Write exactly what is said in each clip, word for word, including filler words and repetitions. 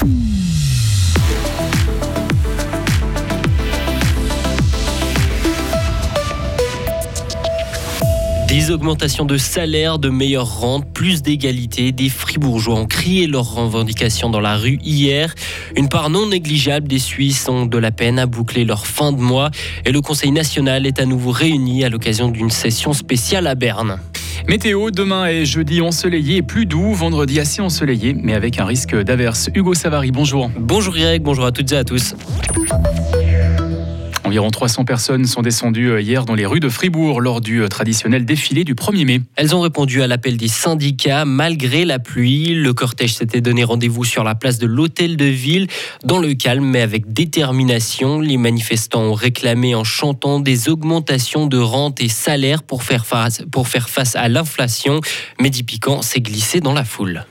Des augmentations de salaire, de meilleures rentes, plus d'égalité. Des Fribourgeois ont crié leurs revendications dans la rue hier. Une part non négligeable des Suisses ont de la peine à boucler leur fin de mois. Et le Conseil national est à nouveau réuni à l'occasion d'une session spéciale à Berne. Météo, demain est jeudi ensoleillé et plus doux, vendredi assez ensoleillé, mais avec un risque d'averse. Hugo Savary, bonjour. Bonjour Greg, bonjour à toutes et à tous. Environ trois cents personnes sont descendues hier dans les rues de Fribourg lors du traditionnel défilé du premier mai. Elles ont répondu à l'appel des syndicats malgré la pluie. Le cortège s'était donné rendez-vous sur la place de l'Hôtel de Ville dans le calme mais avec détermination. Les manifestants ont réclamé en chantant des augmentations de rentes et salaires pour faire face, pour faire face à l'inflation. Mehdi Piquant s'est glissé dans la foule.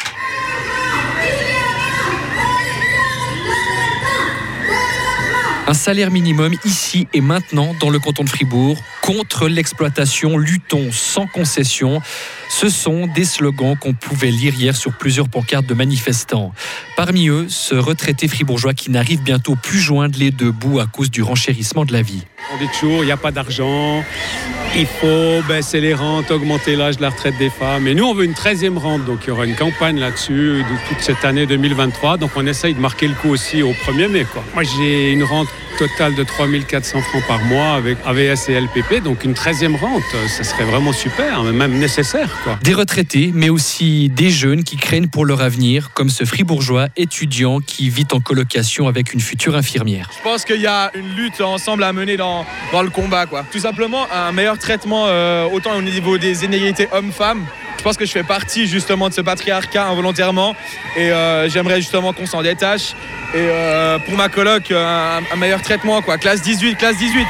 Un salaire minimum ici et maintenant dans le canton de Fribourg. Contre l'exploitation, luttons sans concession. Ce sont des slogans qu'on pouvait lire hier sur plusieurs pancartes de manifestants. Parmi eux, ce retraité fribourgeois qui n'arrive bientôt plus joindre les deux bouts à cause du renchérissements de la vie. On dit toujours, il n'y a pas d'argent, il faut baisser les rentes, augmenter l'âge de la retraite des femmes. Et nous, on veut une treizième rente, donc il y aura une campagne là-dessus toute cette année deux mille vingt-trois. Donc on essaye de marquer le coup aussi au premier mai, quoi. Moi, j'ai une rente totale de trois mille quatre cents francs par mois avec A V S et L P P, donc une treizième rente, ça serait vraiment super, même nécessaire, quoi. Des retraités, mais aussi des jeunes qui craignent pour leur avenir, comme ce fribourgeois étudiant qui vit en colocation avec une future infirmière. Je pense qu'il y a une lutte ensemble à mener dans, dans le combat, quoi. Tout simplement, un meilleur traitement, euh, autant au niveau des inégalités hommes-femmes. Je pense que je fais partie justement de ce patriarcat involontairement et euh, j'aimerais justement qu'on s'en détache. Et euh, pour ma coloc, un, un meilleur traitement, quoi. Classe dix-huit, classe dix-huit.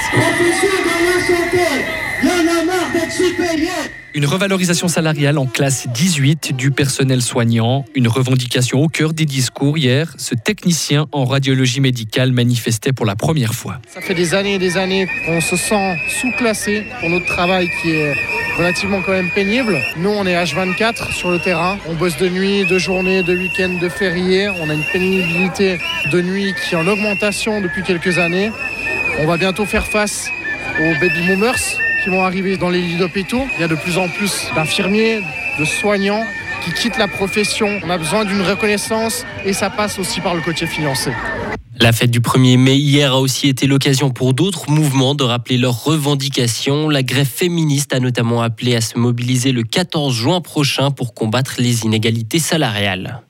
Une revalorisation salariale en classe dix-huit du personnel soignant, une revendication au cœur des discours hier. Ce technicien en radiologie médicale manifestait pour la première fois. Ça fait des années et des années qu'on se sent sous-classé pour notre travail qui est relativement quand même pénible. Nous, on est H vingt-quatre sur le terrain. On bosse de nuit, de journée, de week-end, de férié. On a une pénibilité de nuit qui est en augmentation depuis quelques années. On va bientôt faire face aux baby boomers qui vont arriver dans les lits d'hôpitaux. Il y a de plus en plus d'infirmiers, de soignants qui quittent la profession. On a besoin d'une reconnaissance et ça passe aussi par le côté financier. La fête du premier mai hier a aussi été l'occasion pour d'autres mouvements de rappeler leurs revendications. La grève féministe a notamment appelé à se mobiliser le quatorze juin prochain pour combattre les inégalités salariales.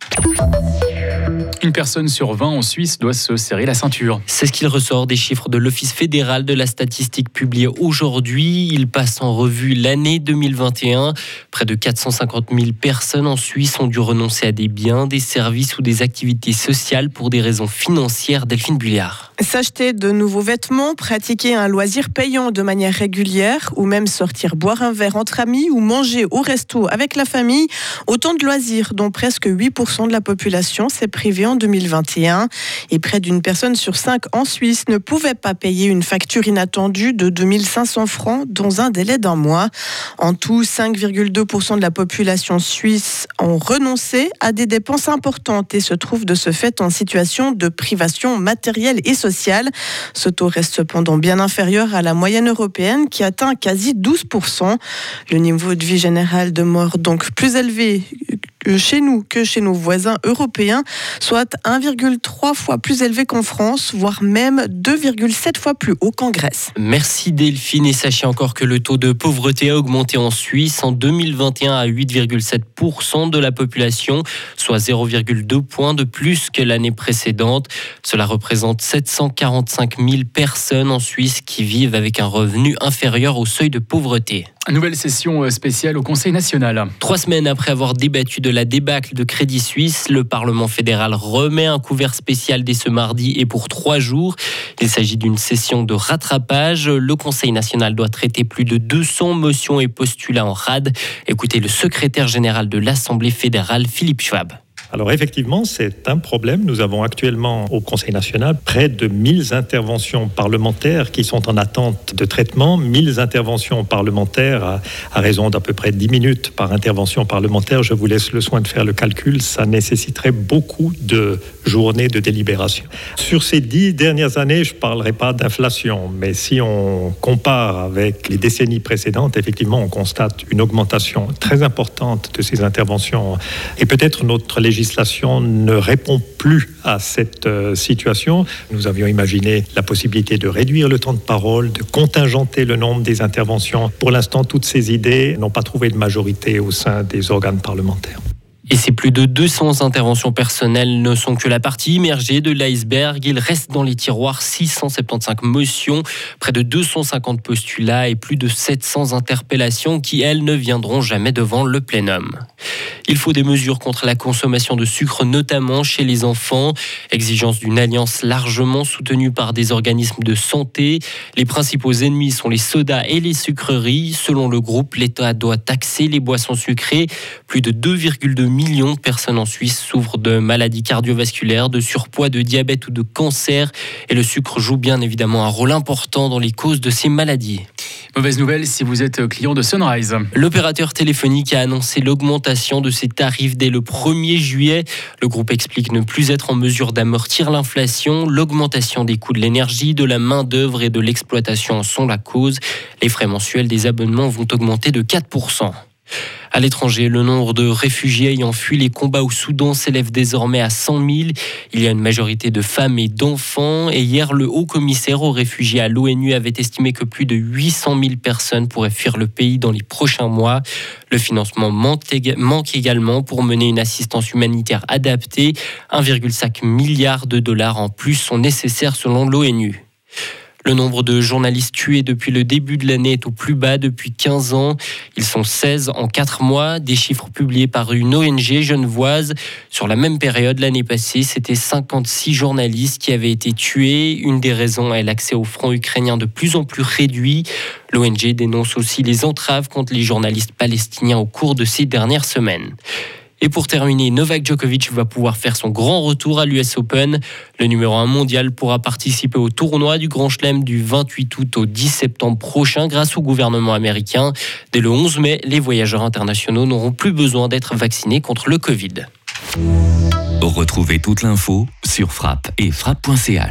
Une personne sur vingt en Suisse doit se serrer la ceinture. C'est ce qu'il ressort des chiffres de l'Office fédéral de la statistique publiés aujourd'hui. Il passe en revue l'année deux mille vingt et un. Près de quatre cent cinquante mille personnes en Suisse ont dû renoncer à des biens, des services ou des activités sociales pour des raisons financières. Delphine Bulliard. S'acheter de nouveaux vêtements, pratiquer un loisir payant de manière régulière ou même sortir boire un verre entre amis ou manger au resto avec la famille. Autant de loisirs dont presque huit pour cent de la population s'est privée en deux mille vingt et un. Et près d'une personne sur cinq en Suisse ne pouvait pas payer une facture inattendue de deux mille cinq cents francs dans un délai d'un mois. En tout, cinq virgule deux pour cent de la population suisse ont renoncé à des dépenses importantes et se trouvent de ce fait en situation de privation matérielle et sociale. Ce taux reste cependant bien inférieur à la moyenne européenne qui atteint quasi douze pour cent. Le niveau de vie général demeure donc plus élevé chez nous que chez nos voisins européens, soit un virgule trois fois plus élevé qu'en France, voire même deux virgule sept fois plus haut qu'en Grèce. Merci Delphine, et sachez encore que le taux de pauvreté a augmenté en Suisse en deux mille vingt et un à huit virgule sept pour cent de la population, soit zéro virgule deux points de plus que l'année précédente. Cela représente sept cent quarante-cinq mille personnes en Suisse qui vivent avec un revenu inférieur au seuil de pauvreté. Nouvelle session spéciale au Conseil national. Trois semaines après avoir débattu de la débâcle de Crédit Suisse, le Parlement fédéral remet un couvert spécial dès ce mardi et pour trois jours. Il s'agit d'une session de rattrapage. Le Conseil national doit traiter plus de deux cents motions et postulats en rade. Écoutez le secrétaire général de l'Assemblée fédérale, Philippe Schwab. Alors effectivement, c'est un problème. Nous avons actuellement au Conseil national près de mille interventions parlementaires qui sont en attente de traitement. mille interventions parlementaires à, à raison d'à peu près dix minutes par intervention parlementaire. Je vous laisse le soin de faire le calcul. Ça nécessiterait beaucoup de journées de délibération. Sur ces dix dernières années, je ne parlerai pas d'inflation, mais si on compare avec les décennies précédentes, effectivement, on constate une augmentation très importante de ces interventions. Et peut-être notre législation ne répond plus à cette euh, situation. Nous avions imaginé la possibilité de réduire le temps de parole, de contingenter le nombre des interventions. Pour l'instant, toutes ces idées n'ont pas trouvé de majorité au sein des organes parlementaires. Et ces plus de deux cents interventions personnelles ne sont que la partie immergée de l'iceberg. Il reste dans les tiroirs six cent soixante-quinze motions, près de deux cent cinquante postulats et plus de sept cents interpellations qui, elles, ne viendront jamais devant le plénum. Il faut des mesures contre la consommation de sucre, notamment chez les enfants. Exigence d'une alliance largement soutenue par des organismes de santé. Les principaux ennemis sont les sodas et les sucreries. Selon le groupe, l'État doit taxer les boissons sucrées. Plus de deux virgule deux millions de personnes en Suisse souffrent de maladies cardiovasculaires, de surpoids, de diabète ou de cancer. Et le sucre joue bien évidemment un rôle important dans les causes de ces maladies. Mauvaise nouvelle si vous êtes client de Sunrise. L'opérateur téléphonique a annoncé l'augmentation de ses tarifs dès le premier juillet. Le groupe explique ne plus être en mesure d'amortir l'inflation. L'augmentation des coûts de l'énergie, de la main-d'œuvre et de l'exploitation en sont la cause. Les frais mensuels des abonnements vont augmenter de quatre pour cent. À l'étranger, le nombre de réfugiés ayant fui les combats au Soudan s'élève désormais à cent mille. Il y a une majorité de femmes et d'enfants. Et hier, le haut-commissaire aux réfugiés à l'ONU avait estimé que plus de huit cent mille personnes pourraient fuir le pays dans les prochains mois. Le financement manque, manque également pour mener une assistance humanitaire adaptée. un virgule cinq milliard de dollars en plus sont nécessaires selon l'ONU. Le nombre de journalistes tués depuis le début de l'année est au plus bas depuis quinze ans. Ils sont seize en quatre mois, des chiffres publiés par une O N G genevoise. Sur la même période l'année passée, c'était cinquante-six journalistes qui avaient été tués. Une des raisons est l'accès au front ukrainien de plus en plus réduit. L'O N G dénonce aussi les entraves contre les journalistes palestiniens au cours de ces dernières semaines. Et pour terminer, Novak Djokovic va pouvoir faire son grand retour à l'U S Open. Le numéro un mondial pourra participer au tournoi du Grand Chelem du vingt-huit août au dix septembre prochain grâce au gouvernement américain. Dès le onze mai, les voyageurs internationaux n'auront plus besoin d'être vaccinés contre le Covid. Retrouvez toute l'info sur frappe et frappe point c h.